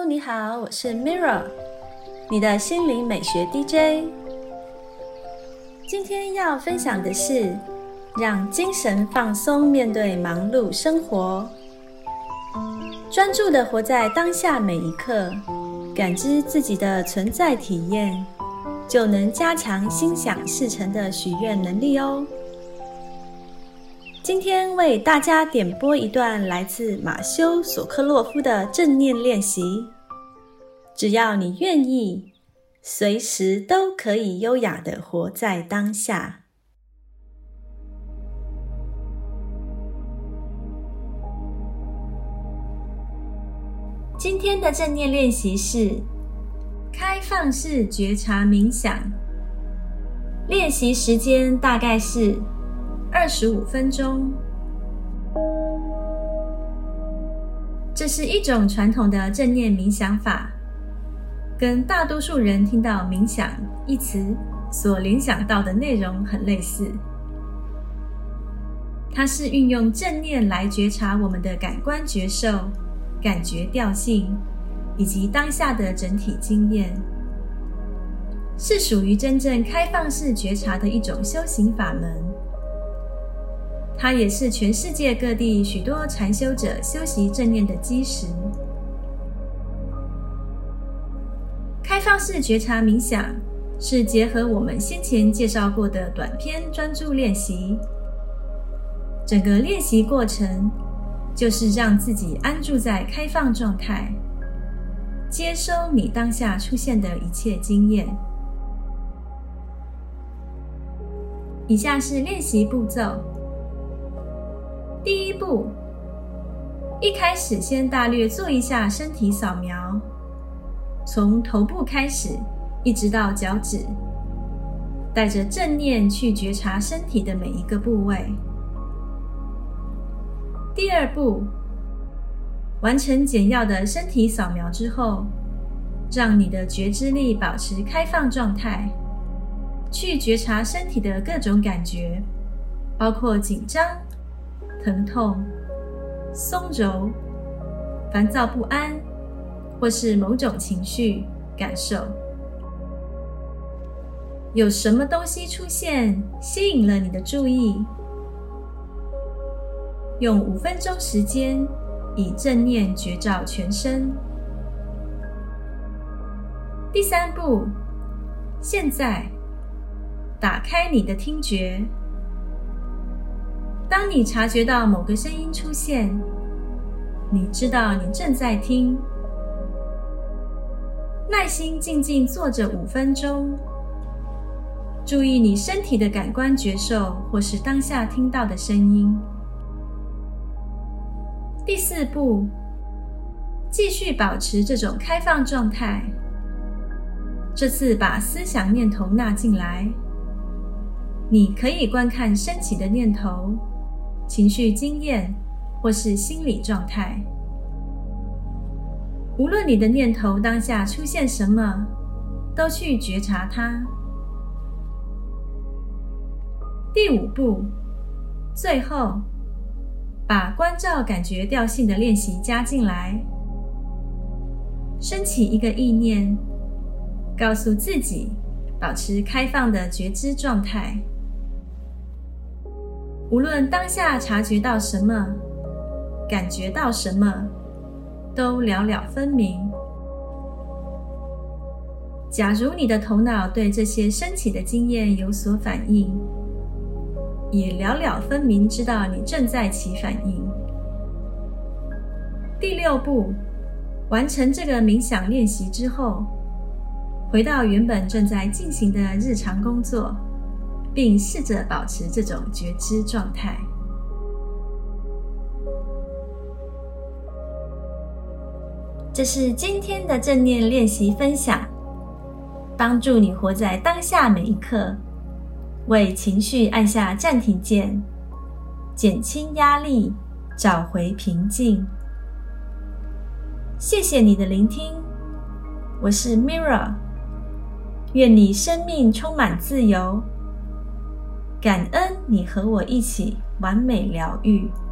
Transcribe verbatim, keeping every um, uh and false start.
Hello， 你好，我是 Mira， 你的心灵美学 D J。今天要分享的是，让精神放松面对忙碌生活，专注地活在当下每一刻，感知自己的存在体验，就能加强心想事成的许愿能力哦。今天为大家点播一段来自马修·索克洛夫的正念练习。只要你愿意，随时都可以优雅地活在当下。今天的正念练习是开放式觉察冥想，练习时间大概是二十五分钟。这是一种传统的正念冥想法，跟大多数人听到冥想一词所联想到的内容很类似。它是运用正念来觉察我们的感官觉受、感觉调性以及当下的整体经验，是属于真正开放式觉察的一种修行法门。它也是全世界各地许多禅修者修习正念的基石。开放式觉察冥想是结合我们先前介绍过的短篇专注练习，整个练习过程就是让自己安住在开放状态，接收你当下出现的一切经验。以下是练习步骤。第一步，一开始先大略做一下身体扫描，从头部开始一直到脚趾，带着正念去觉察身体的每一个部位。第二步，完成简要的身体扫描之后，让你的觉知力保持开放状态，去觉察身体的各种感觉，包括紧张、疼痛、松柔、烦躁不安，或是某种情绪感受。有什么东西出现，吸引了你的注意？用五分钟时间，以正念觉照全身。第三步，现在打开你的听觉。当你察觉到某个声音出现，你知道你正在听。耐心静静坐着五分钟，注意你身体的感官觉受或是当下听到的声音。第四步，继续保持这种开放状态，这次把思想念头纳进来。你可以观看升起的念头、情绪经验或是心理状态。无论你的念头当下出现什么，都去觉察它。第五步，最后把关照感觉调性的练习加进来。升起一个意念，告诉自己保持开放的觉知状态。无论当下察觉到什么，感觉到什么，都了了分明。假如你的头脑对这些升起的经验有所反应，也了了分明知道你正在起反应。第六步，完成这个冥想练习之后，回到原本正在进行的日常工作，并试着保持这种觉知状态。这是今天的正念练习分享，帮助你活在当下每一刻，为情绪按下暂停键，减轻压力，找回平静。谢谢你的聆听，我是 Mira， 愿你生命充满自由，感恩你和我一起完美疗愈。